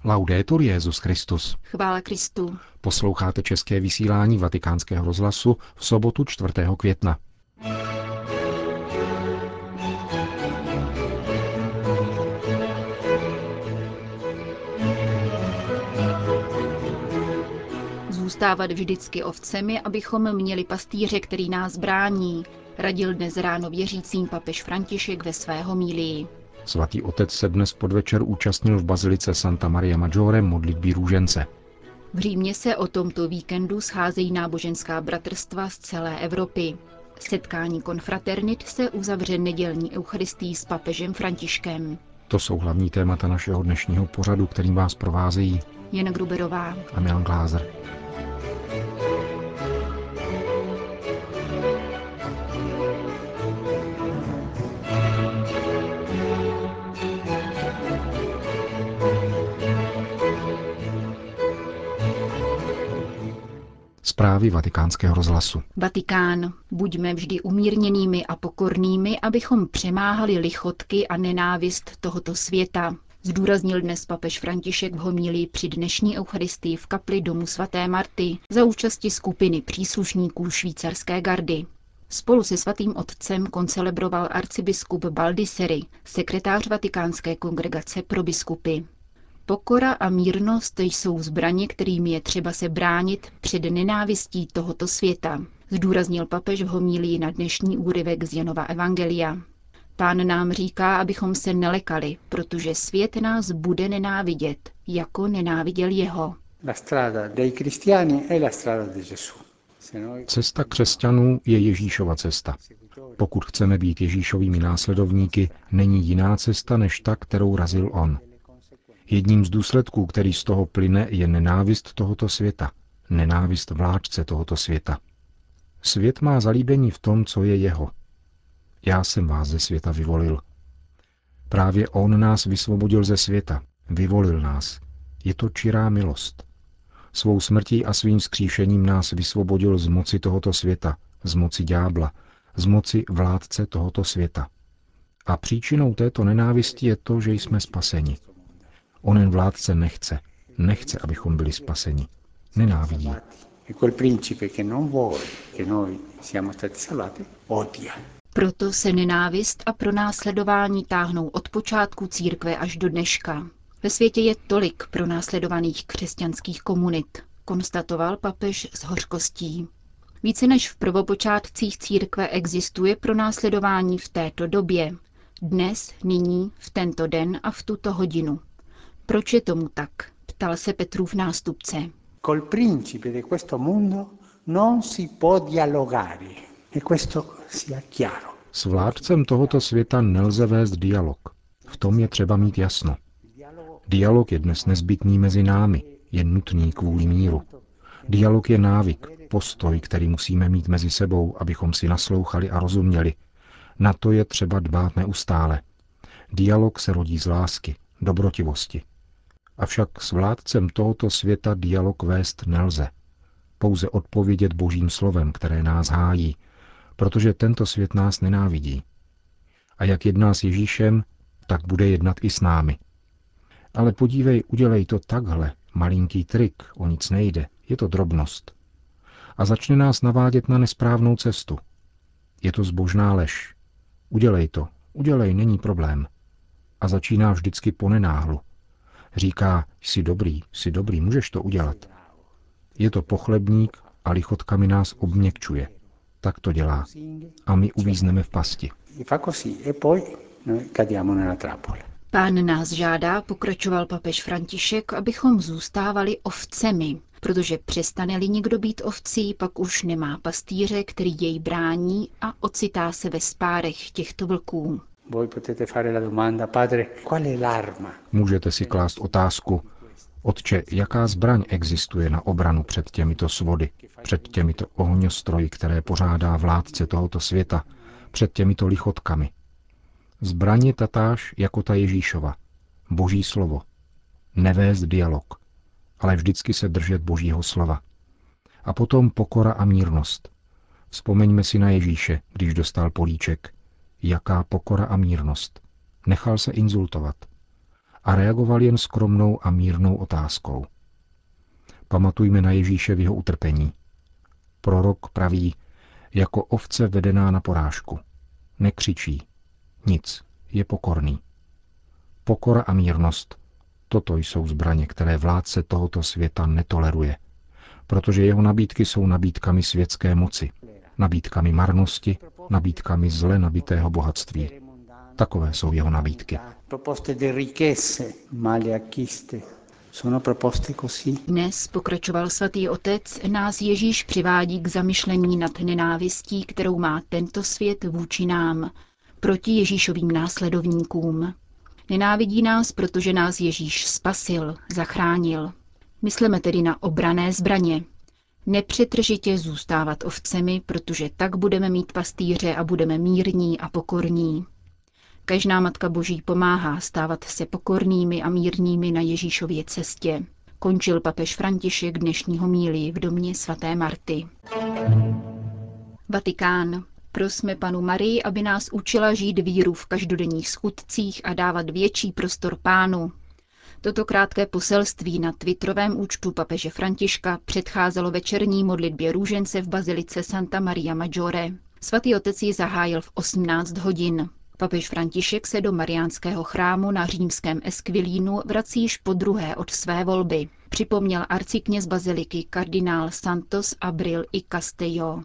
Laudetur Jesus Christus. Chvála Kristu. Posloucháte české vysílání Vatikánského rozhlasu v sobotu 4. května. Zůstávat vždycky ovcemi, abychom měli pastýře, který nás brání, radil dnes ráno věřícím papež František ve své homílii. Svatý otec se dnes podvečer účastnil v bazilice Santa Maria Maggiore modlitby růžence. V Římě se o tomto víkendu scházejí náboženská bratrstva z celé Evropy. Setkání konfraternit se uzavře nedělní eucharistií s papežem Františkem. To jsou hlavní témata našeho dnešního pořadu, kterým vás provázejí Jana Gruberová a Milan Glázer. Zprávy Vatikánského rozhlasu. Vatikán. Buďme vždy umírněnými a pokornými, abychom přemáhali lichotky a nenávist tohoto světa, zdůraznil dnes papež František v homílii při dnešní eucharistii v kapli domu svaté Marty za účasti skupiny příslušníků švýcarské gardy. Spolu se svatým otcem koncelebroval arcibiskup Baldisseri, sekretář Vatikánské kongregace pro biskupy. Pokora a mírnost jsou zbraně, kterými je třeba se bránit před nenávistí tohoto světa, zdůraznil papež v homílii na dnešní úryvek z Janova evangelia. Pán nám říká, abychom se nelekali, protože svět nás bude nenávidět, jako nenáviděl jeho. Cesta křesťanů je Ježíšova cesta. Pokud chceme být Ježíšovými následovníky, není jiná cesta než ta, kterou razil on. Jedním z důsledků, který z toho plyne, je nenávist tohoto světa, nenávist vládce tohoto světa. Svět má zalíbení v tom, co je jeho. Já jsem vás ze světa vyvolil. Právě on nás vysvobodil ze světa, vyvolil nás. Je to čirá milost. Svou smrtí a svým vzkříšením nás vysvobodil z moci tohoto světa, z moci ďábla, z moci vládce tohoto světa. A příčinou této nenávisti je to, že jsme spaseni. Onen vládce nechce, abychom byli spaseni. Nenávidí. Proto se nenávist a pronásledování táhnou od počátku církve až do dneška. Ve světě je tolik pronásledovaných křesťanských komunit, konstatoval papež s hořkostí. Více než v prvopočátcích církve existuje pronásledování v této době. Dnes, nyní, v tento den a v tuto hodinu. Proč je tomu tak? Ptal se Petrův nástupce. Col principe di questo mondo non si può dialogare. E questo sia chiaro. S vládcem tohoto světa nelze vést dialog. V tom je třeba mít jasno. Dialog je dnes nezbytný mezi námi, je nutný kvůli míru. Dialog je návyk, postoj, který musíme mít mezi sebou, abychom si naslouchali a rozuměli. Na to je třeba dbát neustále. Dialog se rodí z lásky, dobrotivosti. Avšak s vládcem tohoto světa dialog vést nelze. Pouze odpovědět Božím slovem, které nás hájí, protože tento svět nás nenávidí. A jak jedná s Ježíšem, tak bude jednat i s námi. Ale podívej, udělej to takhle, malinký trik, o nic nejde, je to drobnost. A začne nás navádět na nesprávnou cestu. Je to zbožná lež. Udělej, není problém. A začíná vždycky ponenáhlu. Říká, jsi dobrý, můžeš to udělat. Je to pochlebník a lichotkami nás obměkčuje. Tak to dělá. A my uvízneme v pasti. Pán nás žádá, pokračoval papež František, abychom zůstávali ovcemi, protože přestane-li někdo být ovcí, pak už nemá pastýře, který jej brání a ocitá se ve spárech těchto vlků. Můžete si klást otázku, Otče, jaká zbraň existuje na obranu před těmito svody, před těmito ohňostroji, které pořádá vládce tohoto světa, před těmito lichotkami? Zbraň je tatáž jako ta Ježíšova, Boží slovo. Nevést dialog, ale vždycky se držet Božího slova. A potom pokora a mírnost. Vzpomeňme si na Ježíše, když dostal políček. Jaká pokora a mírnost. Nechal se insultovat. a reagoval jen skromnou a mírnou otázkou. Pamatujme na Ježíše v jeho utrpení. Prorok praví, jako ovce vedená na porážku. Nekřičí. Nic. Je pokorný. Pokora a mírnost. Toto jsou zbraně, které vládce tohoto světa netoleruje. Protože jeho nabídky jsou nabídkami světské moci. Nabídkami marnosti, nabídkami zle nabitého bohatství. Takové jsou jeho nabídky. Dnes, pokračoval svatý otec, nás Ježíš přivádí k zamyšlení nad nenávistí, kterou má tento svět vůči nám, proti Ježíšovým následovníkům. Nenávidí nás, protože nás Ježíš spasil, zachránil. Myslíme tedy na obranné zbraně. Nepřetržitě zůstávat ovcemi, protože tak budeme mít pastýře a budeme mírní a pokorní. Každá Matka Boží pomáhá stávat se pokornými a mírnými na Ježíšově cestě. Končil papež František dnešní homílii v domě svaté Marty. Vatikán. Prosme panu Marii, aby nás učila žít víru v každodenních skutcích a dávat větší prostor Pánu. Toto krátké poselství na twitterovém účtu papeže Františka předcházelo večerní modlitbě růžence v bazilice Santa Maria Maggiore. Svatý otec ji zahájil v 18 hodin. Papež František se do Mariánského chrámu na římském Esquilínu vrací již podruhé od své volby, připomněl arcikněz baziliky kardinál Santos Abril i Castello.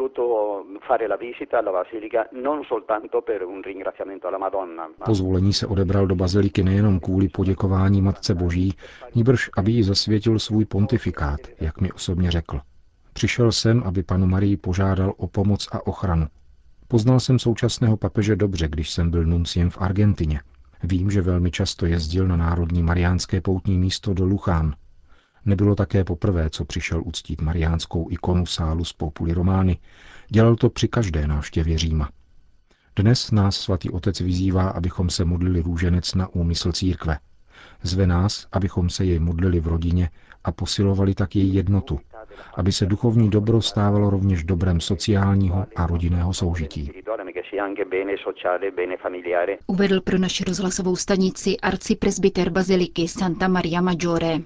Po zvolení se odebral do baziliky nejenom kvůli poděkování Matce Boží, nýbrž aby jí zasvětil svůj pontifikát, jak mi osobně řekl. Přišel jsem, aby panu Marii požádal o pomoc a ochranu. Poznal jsem současného papeže dobře, když jsem byl nunciem v Argentině. Vím, že velmi často jezdil na národní mariánské poutní místo do Luchán. Nebylo také poprvé, co přišel uctít mariánskou ikonu Salus Populi Romani. Dělal to při každé návštěvě Říma. Dnes nás svatý otec vyzývá, abychom se modlili růženec na úmysl církve. Zve nás, abychom se jej modlili v rodině a posilovali tak její jednotu, aby se duchovní dobro stávalo rovněž dobrem sociálního a rodinného soužití. Uvedl pro naši rozhlasovou stanici arcipresbyter baziliky Santa Maria Maggiore.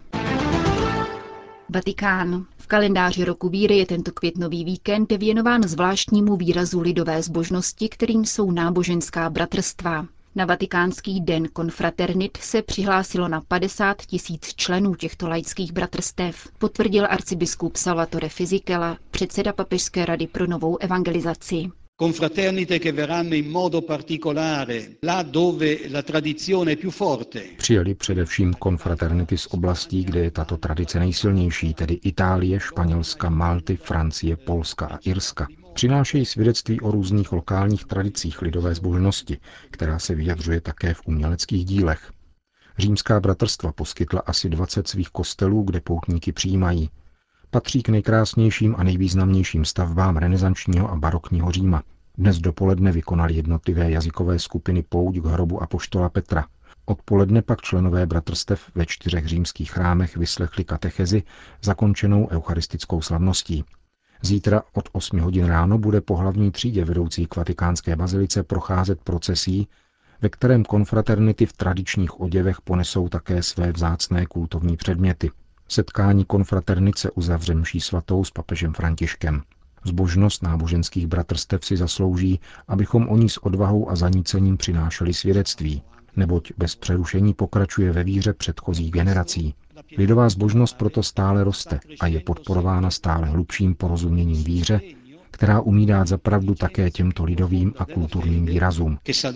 Vatikán. V kalendáři roku víry je tento květnový víkend věnován zvláštnímu výrazu lidové zbožnosti, kterým jsou náboženská bratrstva. Na vatikánský den konfraternit se přihlásilo na 50 000 členů těchto laických bratrstev, potvrdil arcibiskup Salvatore Fisichella, předseda Papežské rady pro novou evangelizaci. Confraternite che verranno in modo particolare là dove la tradizione è più forte. Přijeli především konfraternity z oblastí, kde je tato tradice nejsilnější, tedy Itálie, Španělska, Malty, Francie, Polska a Irska. Přinášejí svědectví o různých lokálních tradicích lidové zbožnosti, která se vyjadřuje také v uměleckých dílech. Římská bratrstva poskytla asi 20 svých kostelů, kde poutníky přijímají. Patří k nejkrásnějším a nejvýznamnějším stavbám renesančního a barokního Říma. Dnes dopoledne vykonali jednotlivé jazykové skupiny pouť k hrobu apoštola Petra. Odpoledne pak členové bratrstev ve 4 římských chrámech vyslechli katechezi zakončenou eucharistickou slavností. Zítra od 8 hodin ráno bude po hlavní třídě vedoucí k vatikánské bazilice procházet procesí, ve kterém konfraternity v tradičních oděvech ponesou také své vzácné kultovní předměty. Setkání konfraternice uzavře mší svatou s papežem Františkem. Zbožnost náboženských bratrstev si zaslouží, abychom o ní s odvahou a zanícením přinášeli svědectví, neboť bez přerušení pokračuje ve víře předchozích generací. Lidová zbožnost proto stále roste a je podporována stále hlubším porozuměním víře, která umí dát za pravdu také těmto lidovým a kulturním výrazům.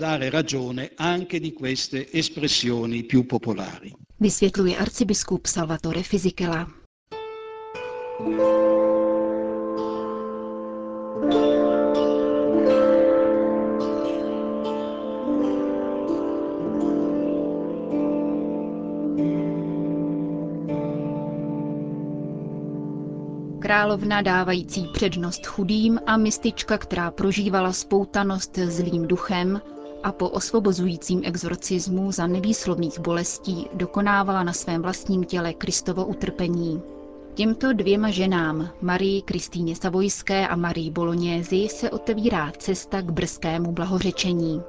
Vysvětluje arcibiskup Salvatore Fisichella. Královna dávající přednost chudým a mistička, která prožívala spoutanost zlým duchem a po osvobozujícím exorcismu za nevýslovných bolestí dokonávala na svém vlastním těle Kristovo utrpení. Těmto 2 ženám, Marii Kristýně Savojské a Marii Bolognesi, se otevírá cesta k brzkému blahořečení.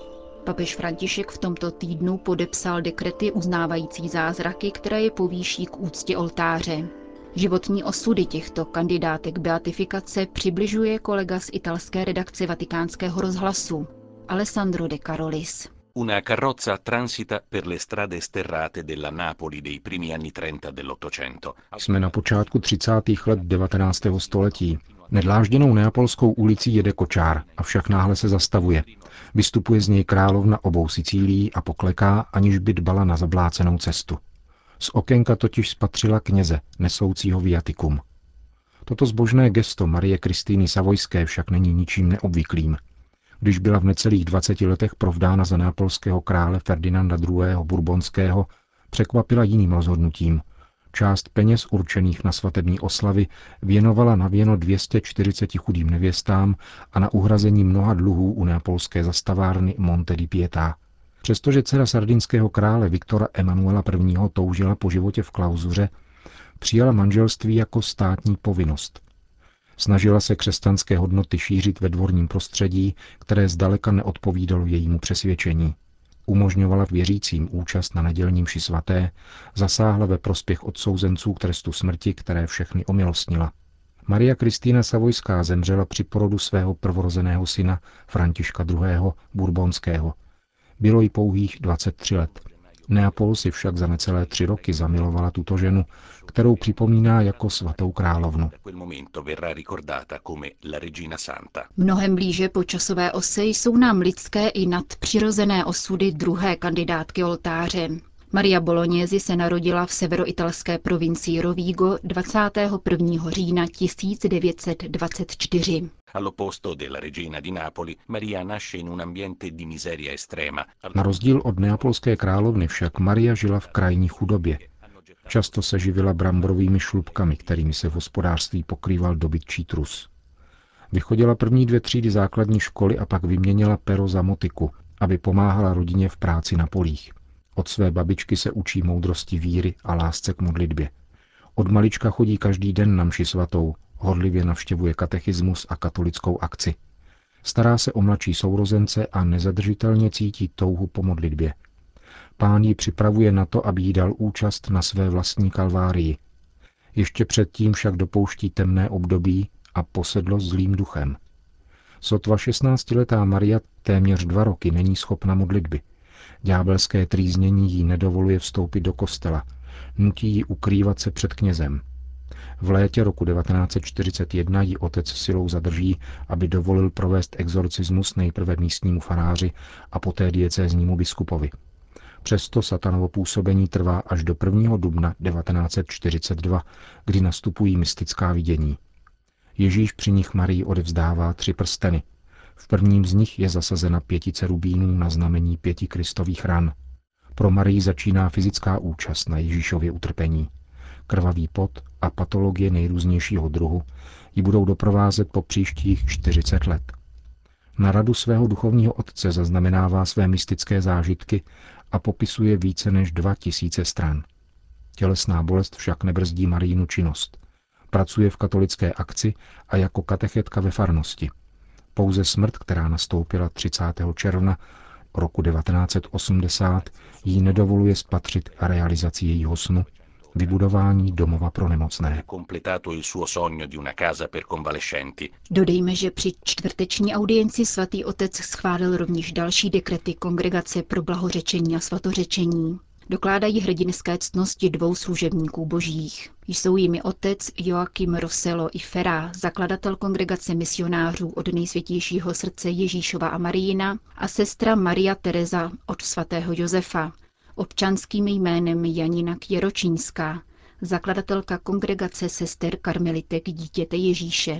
Papež František v tomto týdnu podepsal dekrety uznávající zázraky, které je povýší k úctě oltáře. Životní osudy těchto kandidátek beatifikace přibližuje kolega z italské redakce Vatikánského rozhlasu Alessandro De Carolis. Una carrozza transita per le strade sterrate della Napoli dei primi anni 30 dell'Ottocento. Jsme na počátku 30. let 19. století. Nedlážděnou neapolskou ulicí jede kočár, avšak náhle se zastavuje. Vystupuje z něj královna obou Sicílií a pokleká, aniž by dbala na zablácenou cestu. Z okénka totiž spatřila kněze, nesoucího viatikum. Toto zbožné gesto Marie Kristýny Savojské však není ničím neobvyklým. Když byla v necelých 20 letech provdána za neapolského krále Ferdinanda II. Bourbonského, překvapila jiným rozhodnutím. Část peněz určených na svatební oslavy věnovala na věno 240 chudým nevěstám a na uhrazení mnoha dluhů u neapolské zastavárny Monte di Pietà. Přestože dcera sardinského krále Viktora Emanuela I. toužila po životě v klauzuře, přijala manželství jako státní povinnost. Snažila se křesťanské hodnoty šířit ve dvorním prostředí, které zdaleka neodpovídalo jejímu přesvědčení. Umožňovala věřícím účast na nedělní mši svaté, zasáhla ve prospěch odsouzenců k trestu smrti, které všechny omilostnila. Maria Kristýna Savojská zemřela při porodu svého prvorozeného syna Františka II. Bourbonského. Bylo jí pouhých 23 let. Neapol si však za necelé 3 roky zamilovala tuto ženu, kterou připomíná jako svatou královnu. Mnohem blíže po časové ose jsou nám lidské i nadpřirozené osudy druhé kandidátky oltáře. Maria Bolognesi se narodila v severoitalské provincii Rovigo 21. října 1924. Na rozdíl od neapolské královny však Maria žila v krajní chudobě. Často se živila bramborovými šlupkami, kterými se v hospodářství pokrýval dobytčí trus. Vychodila první 2 třídy základní školy a pak vyměnila pero za motiku, aby pomáhala rodině v práci na polích. Od své babičky se učí moudrosti víry a lásce k modlitbě. Od malička chodí každý den na mši svatou, horlivě navštěvuje katechismus a katolickou akci. Stará se o mladší sourozence a nezadržitelně cítí touhu po modlitbě. Pán ji připravuje na to, aby jí dal účast na své vlastní kalvárii. Ještě předtím však dopouští temné období a posedlost zlým duchem. Sotva 16letá Maria téměř 2 roky není schopna modlitby. Ďábelské trýznění jí nedovoluje vstoupit do kostela, nutí ji ukrývat se před knězem. V létě roku 1941 ji otec silou zadrží, aby dovolil provést exorcismus nejprve místnímu faráři a poté diecéznímu biskupovi. Přesto satanovo působení trvá až do 1. dubna 1942, kdy nastupují mystická vidění. Ježíš při nich Marii odevzdává 3 prsteny. V prvním z nich je zasazena 5 rubínů na znamení 5 Kristových ran. Pro Marii začíná fyzická účast na Ježíšově utrpení. Krvavý pot a patologie nejrůznějšího druhu ji budou doprovázet po příštích 40 let. Na radu svého duchovního otce zaznamenává své mystické zážitky a popisuje více než 2000 stran. Tělesná bolest však nebrzdí Marijinu činnost. Pracuje v katolické akci a jako katechetka ve farnosti. Pouze smrt, která nastoupila 30. června roku 1980, jí nedovoluje spatřit realizaci jejího snu, vybudování domova pro nemocné. Dodejme, že při čtvrteční audienci svatý otec schválil rovněž další dekrety Kongregace pro blahořečení a svatořečení. Dokládají hrdinské ctnosti 2 služebníků božích. Jsou jimi otec Joachim Rossello i Ferrá, zakladatel Kongregace misionářů od Nejsvětějšího srdce Ježíšova a Marijina, a sestra Maria Teresa od svatého Josefa, občanským jménem Janina Kjeročínská, zakladatelka Kongregace sester karmelitek Dítěte Ježíše.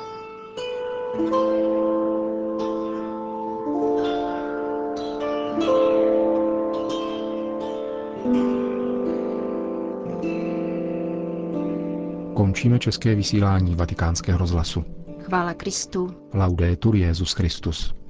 Končíme české vysílání Vatikánského rozhlasu. Chvála Kristu. Laudetur Jesus Christus.